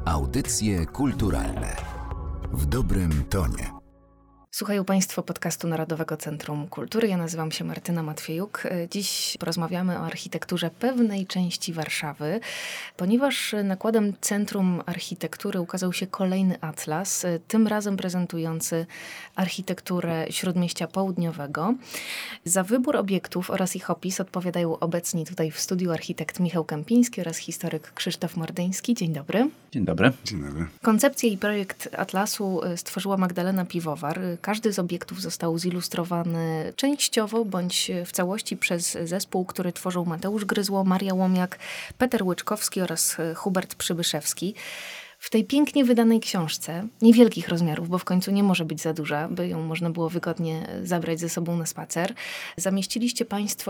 Audycje kulturalne w dobrym tonie. Słuchają Państwo podcastu Narodowego Centrum Kultury. Ja nazywam się Martyna Matwiejuk. Dziś porozmawiamy o architekturze pewnej części Warszawy, ponieważ nakładem Centrum Architektury ukazał się kolejny atlas, tym razem prezentujący architekturę Śródmieścia Południowego. Za wybór obiektów oraz ich opis odpowiadają obecni tutaj w studiu architekt Michał Kępiński oraz historyk Krzysztof Mordyński. Dzień dobry. Dzień dobry. Dzień dobry. Koncepcję i projekt atlasu stworzyła Magdalena Piwowar. Każdy z obiektów został zilustrowany częściowo bądź w całości przez zespół, który tworzył Mateusz Gryzło, Maria Łomiak, Peter Łyczkowski oraz Hubert Przybyszewski. W tej pięknie wydanej książce, niewielkich rozmiarów, bo w końcu nie może być za duża, by ją można było wygodnie zabrać ze sobą na spacer, zamieściliście Państwo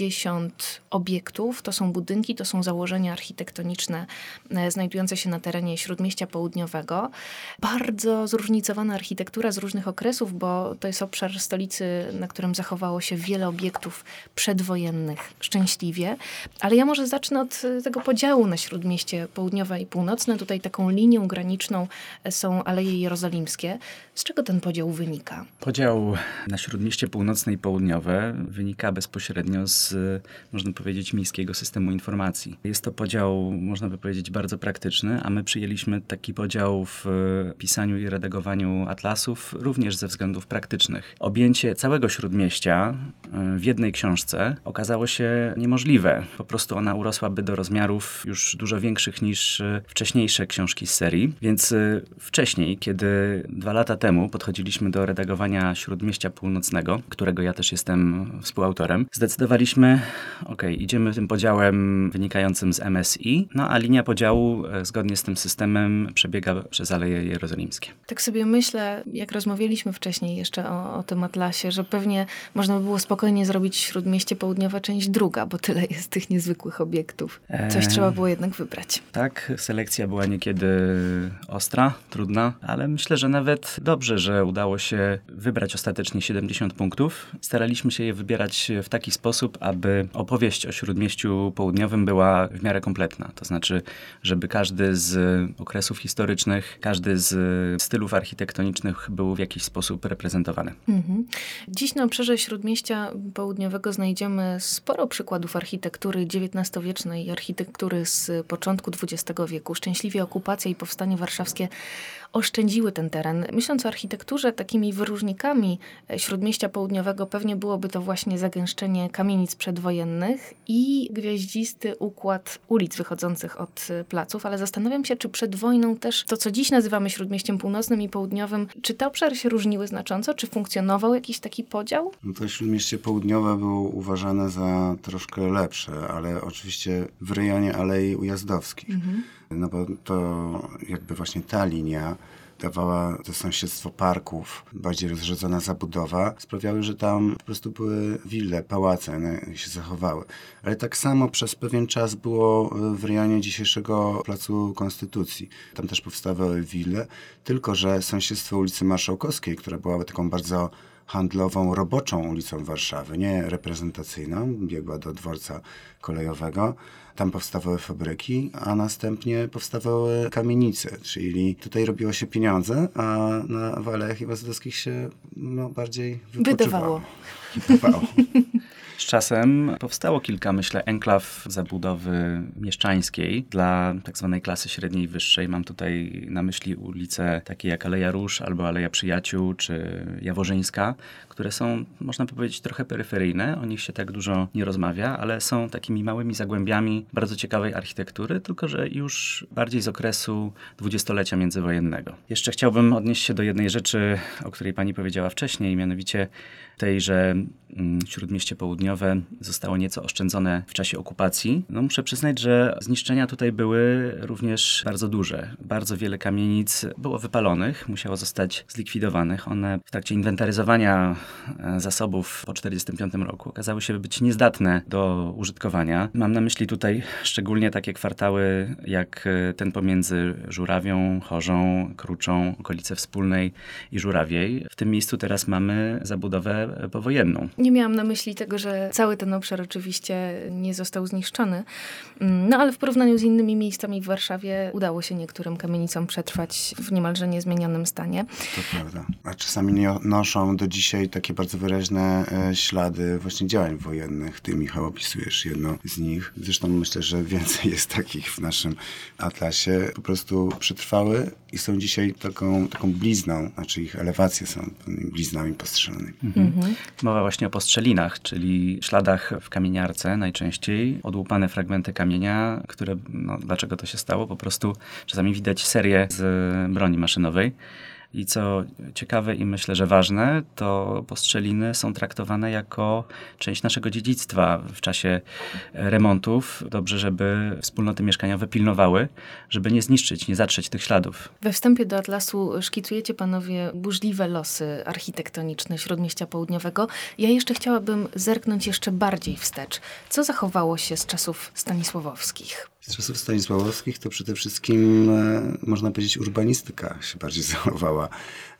70 obiektów. To są budynki, to są założenia architektoniczne znajdujące się na terenie Śródmieścia Południowego. Bardzo zróżnicowana architektura z różnych okresów, bo to jest obszar stolicy, na którym zachowało się wiele obiektów przedwojennych szczęśliwie. Ale ja może zacznę od tego podziału na Śródmieście Południowe i Północne. Tutaj taką linią graniczną są Aleje Jerozolimskie. Z czego ten podział wynika? Podział na Śródmieście Północne i Południowe wynika bezpośrednio z, można powiedzieć, miejskiego systemu informacji. Jest to podział, można by powiedzieć, bardzo praktyczny, a my przyjęliśmy taki podział w pisaniu i redagowaniu atlasów również ze względów praktycznych. Objęcie całego Śródmieścia w jednej książce okazało się niemożliwe. Po prostu ona urosłaby do rozmiarów już dużo większych niż wcześniejsze książki z serii, więc wcześniej, kiedy 2 lata temu podchodziliśmy do redagowania Śródmieścia Północnego, którego ja też jestem współautorem, zdecydowaliśmy, idziemy tym podziałem wynikającym z MSI, a linia podziału zgodnie z tym systemem przebiega przez Aleje Jerozolimskie. Tak sobie myślę, jak rozmawialiśmy wcześniej jeszcze o tym atlasie, że pewnie można by było spokojnie zrobić Śródmieście Południowe część druga, bo tyle jest tych niezwykłych obiektów. Coś trzeba było jednak wybrać. Tak, selekcja była niekiedy ostra, trudna, ale myślę, że nawet dobrze, że udało się wybrać ostatecznie 70 punktów. Staraliśmy się je wybierać w taki sposób, aby opowieść o Śródmieściu Południowym była w miarę kompletna. To znaczy, żeby każdy z okresów historycznych, każdy z stylów architektonicznych był w jakiś sposób reprezentowany. Dziś na obszarze Śródmieścia Południowego znajdziemy sporo przykładów architektury XIX-wiecznej i architektury z początku XX wieku. Szczęśliwie okupacja i powstanie warszawskie oszczędziły ten teren. Myśląc o architekturze, takimi wyróżnikami Śródmieścia Południowego pewnie byłoby to właśnie zagęszczenie kamienic przedwojennych i gwiaździsty układ ulic wychodzących od placów, ale zastanawiam się, czy przed wojną też to, co dziś nazywamy Śródmieściem Północnym i Południowym, czy te obszary się różniły znacząco? Czy funkcjonował jakiś taki podział? To Śródmieście Południowe było uważane za troszkę lepsze, ale oczywiście w rejonie Alei Ujazdowskich. No bo to jakby właśnie ta linia dawała to sąsiedztwo parków, bardziej rozrzedzona zabudowa, sprawiały, że tam po prostu były wille, pałace, one się zachowały. Ale tak samo przez pewien czas było w rejonie dzisiejszego Placu Konstytucji. Tam też powstawały wille, tylko że sąsiedztwo ulicy Marszałkowskiej, która była taką bardzo handlową, roboczą ulicą Warszawy, nie reprezentacyjną, biegła do dworca kolejowego. Tam powstawały fabryki, a następnie powstawały kamienice, czyli tutaj robiło się pieniądze, a w Alejach Ujazdowskich się bardziej wypoczywało. Wydawało. Z czasem powstało kilka, myślę, enklaw zabudowy mieszczańskiej dla tak zwanej klasy średniej i wyższej. Mam tutaj na myśli ulice takie jak Aleja Róż albo Aleja Przyjaciół czy Jaworzyńska, które są, można powiedzieć, trochę peryferyjne. O nich się tak dużo nie rozmawia, ale są takimi małymi zagłębiami bardzo ciekawej architektury, tylko że już bardziej z okresu dwudziestolecia międzywojennego. Jeszcze chciałbym odnieść się do jednej rzeczy, o której pani powiedziała wcześniej, mianowicie tej, że Śródmieście Południowe zostało nieco oszczędzone w czasie okupacji. Muszę przyznać, że zniszczenia tutaj były również bardzo duże. Bardzo wiele kamienic było wypalonych, musiało zostać zlikwidowanych. One w trakcie inwentaryzowania zasobów po 1945 roku okazały się być niezdatne do użytkowania. Mam na myśli tutaj szczególnie takie kwartały jak ten pomiędzy Żurawią, Chorzą, Kruczą, okolice Wspólnej i Żurawiej. W tym miejscu teraz mamy zabudowę powojenną. Nie miałam na myśli tego, że cały ten obszar oczywiście nie został zniszczony, no ale w porównaniu z innymi miejscami w Warszawie udało się niektórym kamienicom przetrwać w niemalże niezmienionym stanie. To prawda. A czasami noszą do dzisiaj takie bardzo wyraźne ślady właśnie działań wojennych. Ty, Michał, opisujesz jedno z nich. Zresztą myślę, że więcej jest takich w naszym atlasie. Po prostu przetrwały i są dzisiaj taką blizną, znaczy ich elewacje są bliznami postrzelonymi. Mowa właśnie o postrzelinach, czyli śladach w kamieniarce najczęściej, odłupane fragmenty kamienia, które, dlaczego to się stało? Po prostu czasami widać serię z broni maszynowej. I co ciekawe i myślę, że ważne, to postrzeliny są traktowane jako część naszego dziedzictwa w czasie remontów. Dobrze, żeby wspólnoty mieszkaniowe pilnowały, żeby nie zniszczyć, nie zatrzeć tych śladów. We wstępie do Atlasu szkicujecie panowie burzliwe losy architektoniczne Śródmieścia Południowego. Ja jeszcze chciałabym zerknąć jeszcze bardziej wstecz. Co zachowało się z czasów stanisławowskich? Z czasów stanisławowskich to przede wszystkim, można powiedzieć, urbanistyka się bardziej zachowała,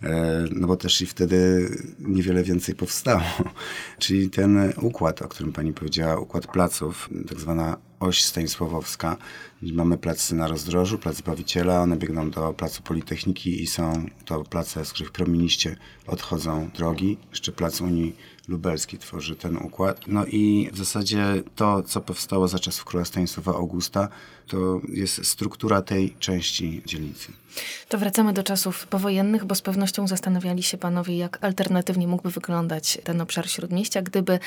no bo też i wtedy niewiele więcej powstało. Czyli ten układ, o którym pani powiedziała, układ placów, tak zwana oś stanisławowska. Mamy plac na Rozdrożu, plac Zbawiciela, one biegną do placu Politechniki i są to place, z których promieniście odchodzą drogi. Jeszcze plac Unii Lubelskiej tworzy ten układ. No i w zasadzie to, co powstało za czasów króla Stanisława Augusta, to jest struktura tej części dzielnicy. To wracamy do czasów powojennych, bo z pewnością zastanawiali się panowie, jak alternatywnie mógłby wyglądać ten obszar Śródmieścia, gdyby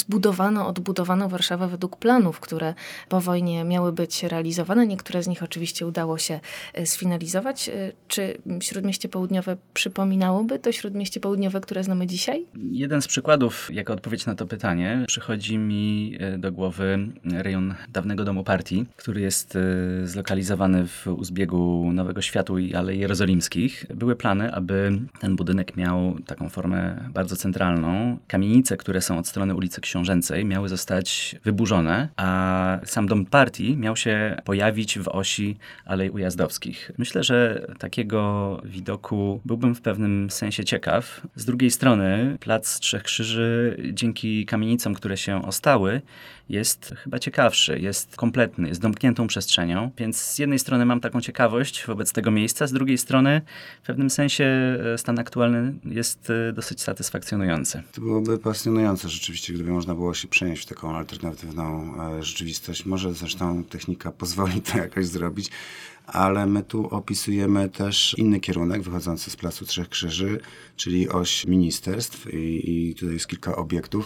odbudowano Warszawę według planów, które po wojnie miały być realizowane. Niektóre z nich oczywiście udało się sfinalizować. Czy Śródmieście Południowe przypominałoby to Śródmieście Południowe, które znamy dzisiaj? Jeden z przykładów, jako odpowiedź na to pytanie, przychodzi mi do głowy rejon dawnego Domu Partii, który jest zlokalizowany u zbiegu Nowego Światu i Alei Jerozolimskich. Były plany, aby ten budynek miał taką formę bardzo centralną. Kamienice, które są od strony ulicy Książęcej, miały zostać wyburzone, a sam Dom Partii miał się pojawić w osi Alei Ujazdowskich. Myślę, że takiego widoku byłbym w pewnym sensie ciekaw. Z drugiej strony Plac Trzech Krzyży dzięki kamienicom, które się ostały, jest chyba ciekawszy, jest kompletny, jest domkniętą przestrzenią, więc z jednej strony mam taką ciekawość wobec tego miejsca, z drugiej strony w pewnym sensie stan aktualny jest dosyć satysfakcjonujący. To byłoby pasjonujące rzeczywiście, gdyby można było się przenieść w taką alternatywną rzeczywistość. Może zresztą technika pozwoli to jakoś zrobić, ale my tu opisujemy też inny kierunek wychodzący z Placu Trzech Krzyży, czyli oś ministerstw i tutaj jest kilka obiektów.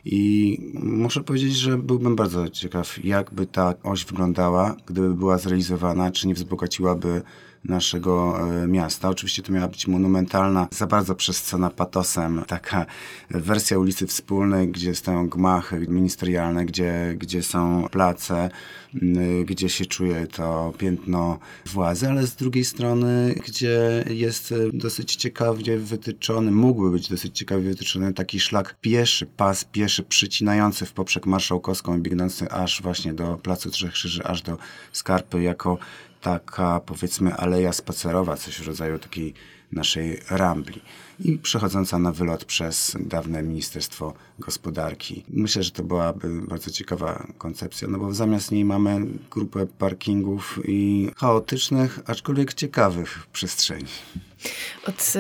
I muszę powiedzieć, że byłbym bardzo ciekaw, jakby ta oś wyglądała, gdyby była zrealizowana, czy nie wzbogaciłaby naszego miasta. Oczywiście to miała być monumentalna, za bardzo przesycona patosem, taka wersja ulicy Wspólnej, gdzie stoją gmachy ministerialne, gdzie są place, gdzie się czuje to piętno władzy, ale z drugiej strony, gdzie jest dosyć ciekawie wytyczony, mógłby być dosyć ciekawie wytyczony taki szlak pieszy, pas pieszy przycinający w poprzek Marszałkowską i biegnący aż właśnie do Placu Trzech Krzyży, aż do Skarpy, jako taka, powiedzmy, aleja spacerowa, coś w rodzaju takiej naszej rambli i przechodząca na wylot przez dawne Ministerstwo Gospodarki. Myślę, że to byłaby bardzo ciekawa koncepcja, no bo zamiast niej mamy grupę parkingów i chaotycznych, aczkolwiek ciekawych przestrzeni. Od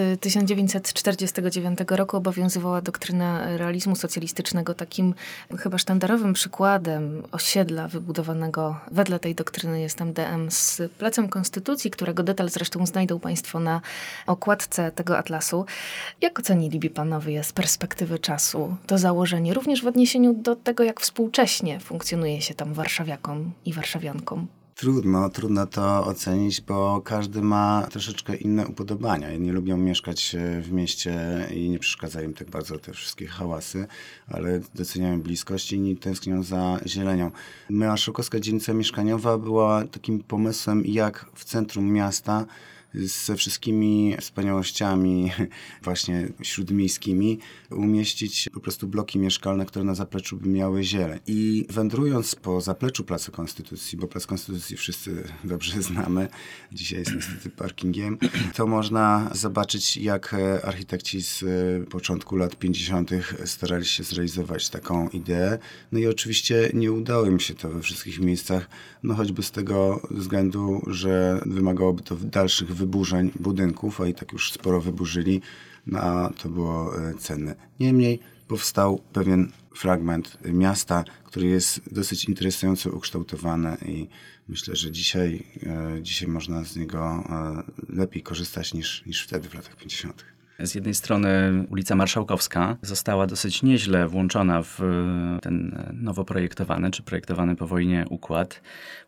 1949 roku obowiązywała doktryna realizmu socjalistycznego. Takim chyba sztandarowym przykładem osiedla wybudowanego wedle tej doktryny jest MDM z Placem Konstytucji, którego detal zresztą znajdą państwo na okładce tego atlasu. Jak oceniliby panowie z perspektywy czasu to założenie, również w odniesieniu do tego, jak współcześnie funkcjonuje się tam warszawiakom i warszawiankom? Trudno to ocenić, bo każdy ma troszeczkę inne upodobania. Jedni lubią mieszkać w mieście i nie przeszkadzają im tak bardzo te wszystkie hałasy, ale doceniają bliskość i inni tęsknią za zielenią. Marszałkowska dzielnica mieszkaniowa była takim pomysłem, jak w centrum miasta ze wszystkimi wspaniałościami właśnie śródmiejskimi umieścić po prostu bloki mieszkalne, które na zapleczu by miały zieleń. I wędrując po zapleczu Placu Konstytucji, bo Plac Konstytucji wszyscy dobrze znamy, dzisiaj jest niestety parkingiem, to można zobaczyć, jak architekci z początku lat 50. starali się zrealizować taką ideę. No i oczywiście nie udało im się to we wszystkich miejscach, no choćby z tego względu, że wymagałoby to dalszych wyburzeń budynków, a i tak już sporo wyburzyli, no a to było cenne. Niemniej powstał pewien fragment miasta, który jest dosyć interesująco ukształtowany i myślę, że dzisiaj można z niego lepiej korzystać niż wtedy w latach 50. Z jednej strony ulica Marszałkowska została dosyć nieźle włączona w ten nowo projektowany, czy projektowany po wojnie układ.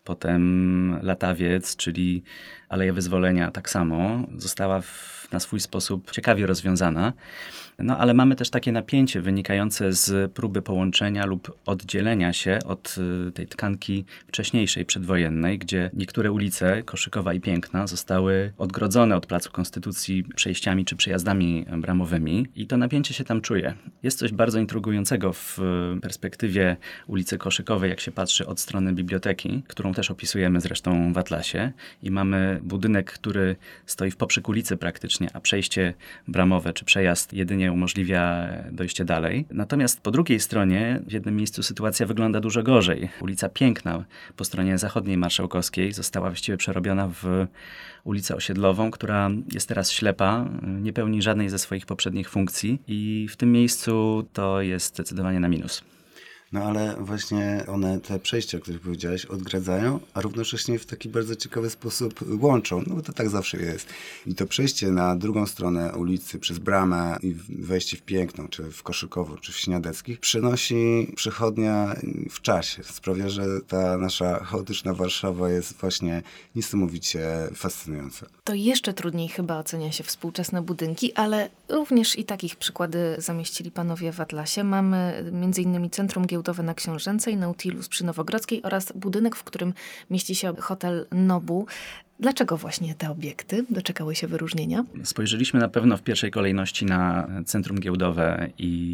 Potem Latawiec, czyli Aleja Wyzwolenia tak samo, została na swój sposób ciekawie rozwiązana. No ale mamy też takie napięcie wynikające z próby połączenia lub oddzielenia się od tej tkanki wcześniejszej, przedwojennej, gdzie niektóre ulice, Koszykowa i Piękna, zostały odgrodzone od Placu Konstytucji przejściami czy przejazdami bramowymi i to napięcie się tam czuje. Jest coś bardzo intrygującego w perspektywie ulicy Koszykowej, jak się patrzy od strony biblioteki, którą też opisujemy zresztą w atlasie i mamy budynek, który stoi w poprzek ulicy praktycznie, a przejście bramowe czy przejazd jedynie umożliwia dojście dalej. Natomiast po drugiej stronie w jednym miejscu sytuacja wygląda dużo gorzej. Ulica Piękna po stronie zachodniej Marszałkowskiej została właściwie przerobiona w ulicę Osiedlową, która jest teraz ślepa, nie pełni żadnej ze swoich poprzednich funkcji i w tym miejscu to jest zdecydowanie na minus. No ale właśnie one, te przejścia, o których powiedziałeś, odgradzają, a równocześnie w taki bardzo ciekawy sposób łączą. No bo to tak zawsze jest. I to przejście na drugą stronę ulicy przez bramę i wejście w Piękną, czy w Koszykową, czy w Śniadeckich przenosi przechodnia w czasie. Sprawia, że ta nasza chaotyczna Warszawa jest właśnie niesamowicie fascynująca. To jeszcze trudniej chyba ocenia się współczesne budynki, ale również i takich przykłady zamieścili panowie w atlasie. Mamy m.in. Centrum Giełdowe na Książęcej, Nautilus przy Nowogrodzkiej oraz budynek, w którym mieści się hotel Nobu. Dlaczego właśnie te obiekty doczekały się wyróżnienia? Spojrzeliśmy na pewno w pierwszej kolejności na Centrum Giełdowe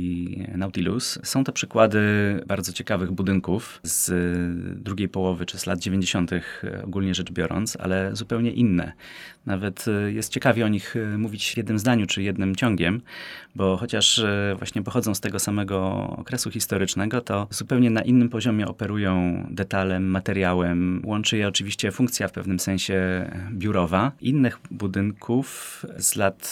i Nautilus. Są to przykłady bardzo ciekawych budynków z drugiej połowy czy z lat 90. ogólnie rzecz biorąc, ale zupełnie inne. Nawet jest ciekawie o nich mówić w jednym zdaniu czy jednym ciągiem, bo chociaż właśnie pochodzą z tego samego okresu historycznego, to zupełnie na innym poziomie operują detalem, materiałem. Łączy je oczywiście funkcja w pewnym sensie biurowa. Innych budynków z lat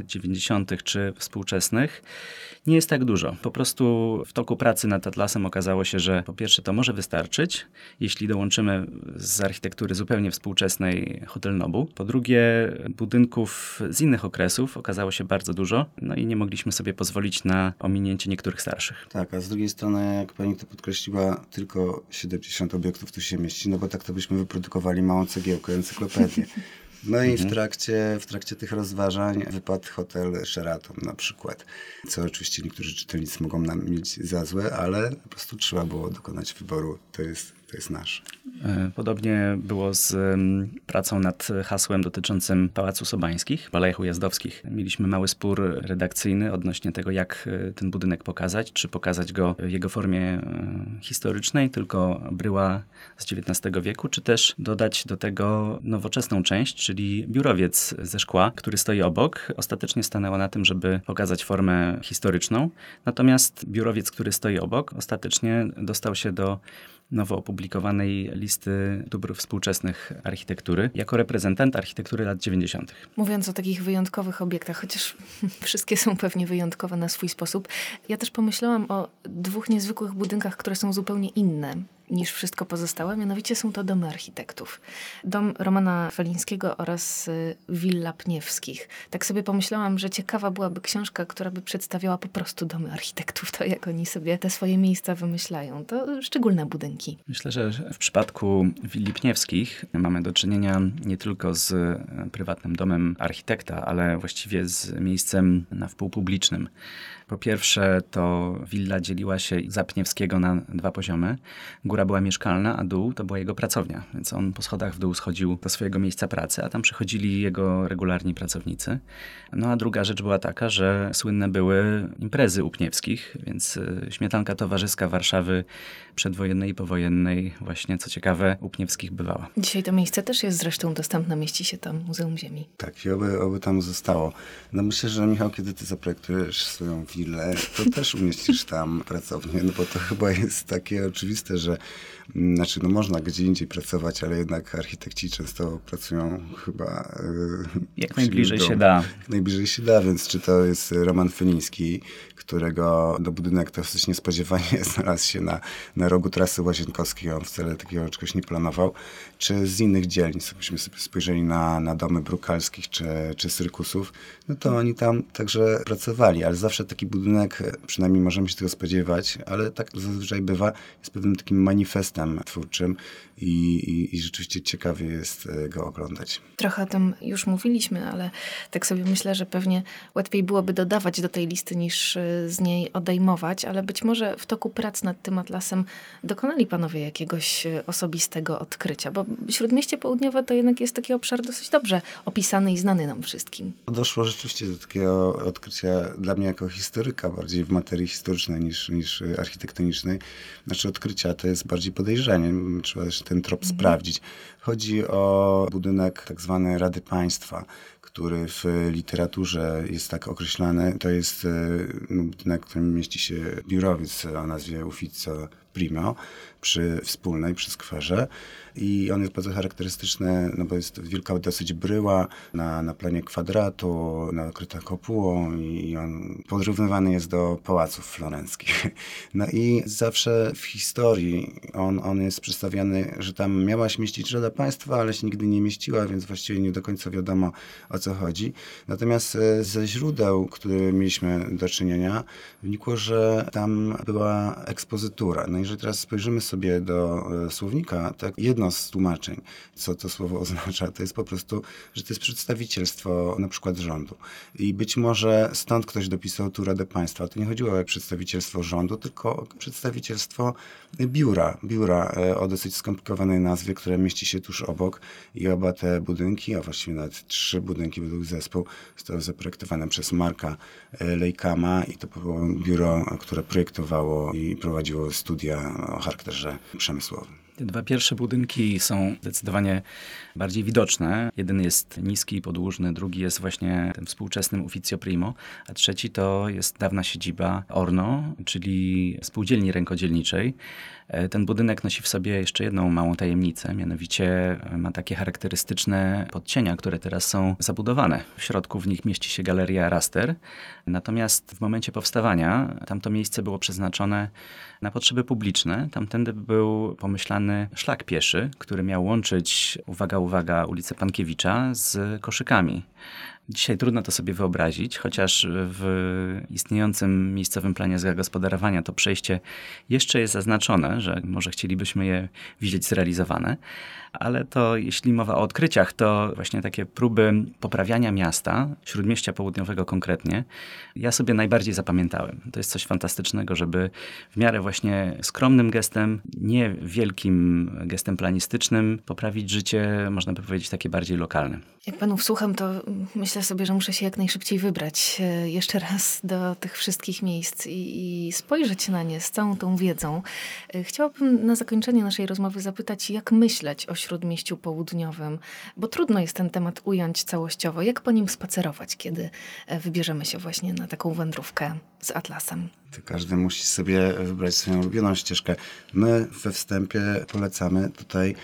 90. czy współczesnych nie jest tak dużo. Po prostu w toku pracy nad atlasem okazało się, że po pierwsze to może wystarczyć, jeśli dołączymy z architektury zupełnie współczesnej Hotel Nobu. Po drugie budynków z innych okresów okazało się bardzo dużo, no i nie mogliśmy sobie pozwolić na ominięcie niektórych starszych. Tak, a z drugiej strony, jak pani to podkreśliła, tylko 70 obiektów tu się mieści, no bo tak to byśmy wyprodukowali małą cegiełkę, encyklopedię. No i w trakcie tych rozważań wypadł hotel Sheraton na przykład, co oczywiście niektórzy czytelnicy mogą nam mieć za złe, ale po prostu trzeba było dokonać wyboru. To jest nasze. Podobnie było z pracą nad hasłem dotyczącym Pałacu Sobańskich w Alejach Ujazdowskich. Mieliśmy mały spór redakcyjny odnośnie tego, jak ten budynek pokazać. Czy pokazać go w jego formie historycznej, tylko bryła z XIX wieku, czy też dodać do tego nowoczesną część, czyli biurowiec ze szkła, który stoi obok. Ostatecznie stanęło na tym, żeby pokazać formę historyczną. Natomiast biurowiec, który stoi obok, ostatecznie dostał się do nowo opublikowanej listy dóbr współczesnych architektury jako reprezentant architektury lat 90. Mówiąc o takich wyjątkowych obiektach, chociaż wszystkie są pewnie wyjątkowe na swój sposób, ja też pomyślałam o dwóch niezwykłych budynkach, które są zupełnie inne niż wszystko pozostałe, mianowicie są to domy architektów. Dom Romana Felińskiego oraz Willa Pniewskich. Tak sobie pomyślałam, że ciekawa byłaby książka, która by przedstawiała po prostu domy architektów, to jak oni sobie te swoje miejsca wymyślają. To szczególne budynki. Myślę, że w przypadku Willi Pniewskich mamy do czynienia nie tylko z prywatnym domem architekta, ale właściwie z miejscem na wpół publicznym. Po pierwsze, to willa dzieliła się za Pniewskiego na dwa poziomy. Góra góra była mieszkalna, a dół to była jego pracownia. Więc on po schodach w dół schodził do swojego miejsca pracy, a tam przychodzili jego regularni pracownicy. No a druga rzecz była taka, że słynne były imprezy Upniewskich, więc śmietanka towarzyska Warszawy przedwojennej i powojennej właśnie, co ciekawe, Upniewskich bywała. Dzisiaj to miejsce też jest zresztą dostępne, mieści się tam Muzeum Ziemi. Tak, i oby tam zostało. No myślę, że Michał, kiedy ty zaprojektujesz swoją willę, to też umieścisz tam pracownię, no bo to chyba jest takie oczywiste, że no można gdzie indziej pracować, ale jednak architekci często pracują chyba jak najbliżej się da. Jak najbliżej się da, więc czy to jest Roman Feliński, którego budynek dosyć niespodziewanie znalazł się na rogu trasy Łazienkowskiej, on wcale takiego czegoś nie planował, czy z innych dzielnic, jakbyśmy sobie spojrzeli na domy Brukalskich czy Syrkusów, no to oni tam także pracowali, ale zawsze taki budynek, przynajmniej możemy się tego spodziewać, ale tak zazwyczaj bywa, jest pewnym takim manifestem twórczym i rzeczywiście ciekawie jest go oglądać. Trochę o tym już mówiliśmy, ale tak sobie myślę, że pewnie łatwiej byłoby dodawać do tej listy niż z niej odejmować, ale być może w toku prac nad tym atlasem dokonali panowie jakiegoś osobistego odkrycia, bo Śródmieście Południowe to jednak jest taki obszar dosyć dobrze opisany i znany nam wszystkim. Doszło rzeczywiście do takiego odkrycia dla mnie jako historyka, bardziej w materii historycznej niż architektonicznej. Znaczy odkrycia to jest bardziej podejrzenie, trzeba też ten trop sprawdzić. Chodzi o budynek tak zwany Rady Państwa, który w literaturze jest tak określany. To jest budynek, w którym mieści się biurowiec o nazwie Ufficio Primo przy skwerze. I on jest bardzo charakterystyczny, no bo jest wielka dosyć bryła na planie kwadratu, nakryta kopułą i on porównywany jest do pałaców florenckich. No i zawsze w historii on jest przedstawiany, że tam miała się mieścić Rada Państwa, ale się nigdy nie mieściła, więc właściwie nie do końca wiadomo, o co chodzi. Natomiast ze źródeł, które mieliśmy do czynienia, wynikło, że tam była ekspozytura. No i jeżeli teraz spojrzymy sobie do słownika, tak jedno z tłumaczeń, co to słowo oznacza, to jest po prostu, że to jest przedstawicielstwo na przykład rządu. I być może stąd ktoś dopisał tu Radę Państwa. To nie chodziło o przedstawicielstwo rządu, tylko o przedstawicielstwo biura o dosyć skomplikowanej nazwie, które mieści się tuż obok i oba te budynki, a właściwie nawet 3 budynki według zespół, zostały zaprojektowane przez Marka Lejkama i to było biuro, które projektowało i prowadziło studia o charakterze przemysłowym. Te 2 pierwsze budynki są zdecydowanie bardziej widoczne. Jeden jest niski i podłużny, drugi jest właśnie tym współczesnym Ufficio Primo, a trzeci to jest dawna siedziba Orno, czyli spółdzielni rękodzielniczej. Ten budynek nosi w sobie jeszcze jedną małą tajemnicę, mianowicie ma takie charakterystyczne podcienia, które teraz są zabudowane. W środku w nich mieści się galeria Raster, natomiast w momencie powstawania tamto miejsce było przeznaczone na potrzeby publiczne. Tamtędy był pomyślany szlak pieszy, który miał łączyć, uwaga, ulicę Pankiewicza z Koszykami. Dzisiaj trudno to sobie wyobrazić, chociaż w istniejącym miejscowym planie zagospodarowania to przejście jeszcze jest zaznaczone, że może chcielibyśmy je widzieć zrealizowane, ale to jeśli mowa o odkryciach, to właśnie takie próby poprawiania miasta, Śródmieścia Południowego konkretnie, ja sobie najbardziej zapamiętałem. To jest coś fantastycznego, żeby w miarę właśnie skromnym gestem, nie wielkim gestem planistycznym poprawić życie, można by powiedzieć, takie bardziej lokalne. Jak panów słucham, to myślę sobie, że muszę się jak najszybciej wybrać jeszcze raz do tych wszystkich miejsc i spojrzeć na nie z całą tą wiedzą. Chciałabym na zakończenie naszej rozmowy zapytać, jak myśleć o Śródmieściu Południowym, bo trudno jest ten temat ująć całościowo. Jak po nim spacerować, kiedy wybierzemy się właśnie na taką wędrówkę z atlasem? To każdy musi sobie wybrać swoją ulubioną ścieżkę. My we wstępie polecamy tutaj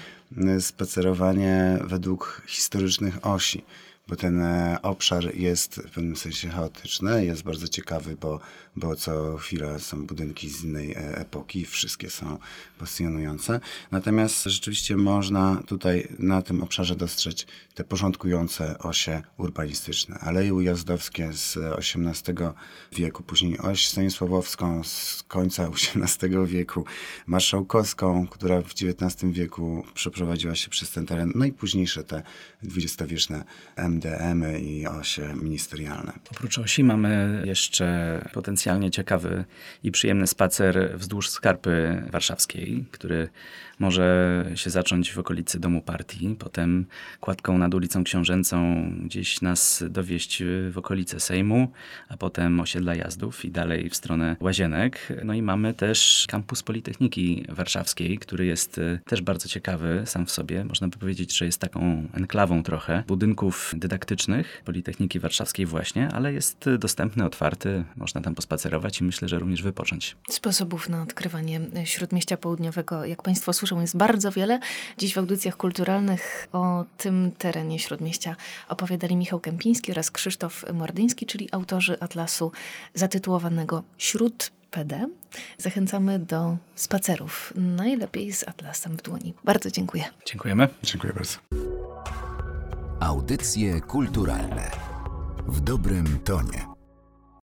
spacerowanie według historycznych osi, bo ten obszar jest w pewnym sensie chaotyczny, jest bardzo ciekawy, bo co chwila są budynki z innej epoki, wszystkie są pasjonujące. Natomiast rzeczywiście można tutaj na tym obszarze dostrzec te porządkujące osie urbanistyczne. Aleje ujazdowskie z XVIII wieku, później oś stanisławowską z końca XVIII wieku, marszałkowską, która w XIX wieku przeprowadziła się przez ten teren, no i późniejsze te dwudziestowieczne MDM-y i osie ministerialne. Oprócz osi mamy jeszcze potencjalnie ciekawy i przyjemny spacer wzdłuż Skarpy Warszawskiej, który może się zacząć w okolicy Domu Partii, potem kładką nad ulicą Książęcą gdzieś nas dowieść w okolice Sejmu, a potem osiedla Jazdów i dalej w stronę Łazienek. No i mamy też kampus Politechniki Warszawskiej, który jest też bardzo ciekawy sam w sobie. Można by powiedzieć, że jest taką enklawą trochę budynków dydaktycznych Politechniki Warszawskiej właśnie, ale jest dostępny, otwarty, można tam pospacerować i myślę, że również wypocząć. Sposobów na odkrywanie Śródmieścia Południowego, jak Państwo słyszą, jest bardzo wiele. Dziś w audycjach kulturalnych o tym terenie Śródmieścia opowiadali Michał Kępiński oraz Krzysztof Mordyński, czyli autorzy atlasu zatytułowanego Śród PD. Zachęcamy do spacerów, najlepiej z atlasem w dłoni. Bardzo dziękuję. Dziękujemy. Dziękuję bardzo. Audycje kulturalne w dobrym tonie.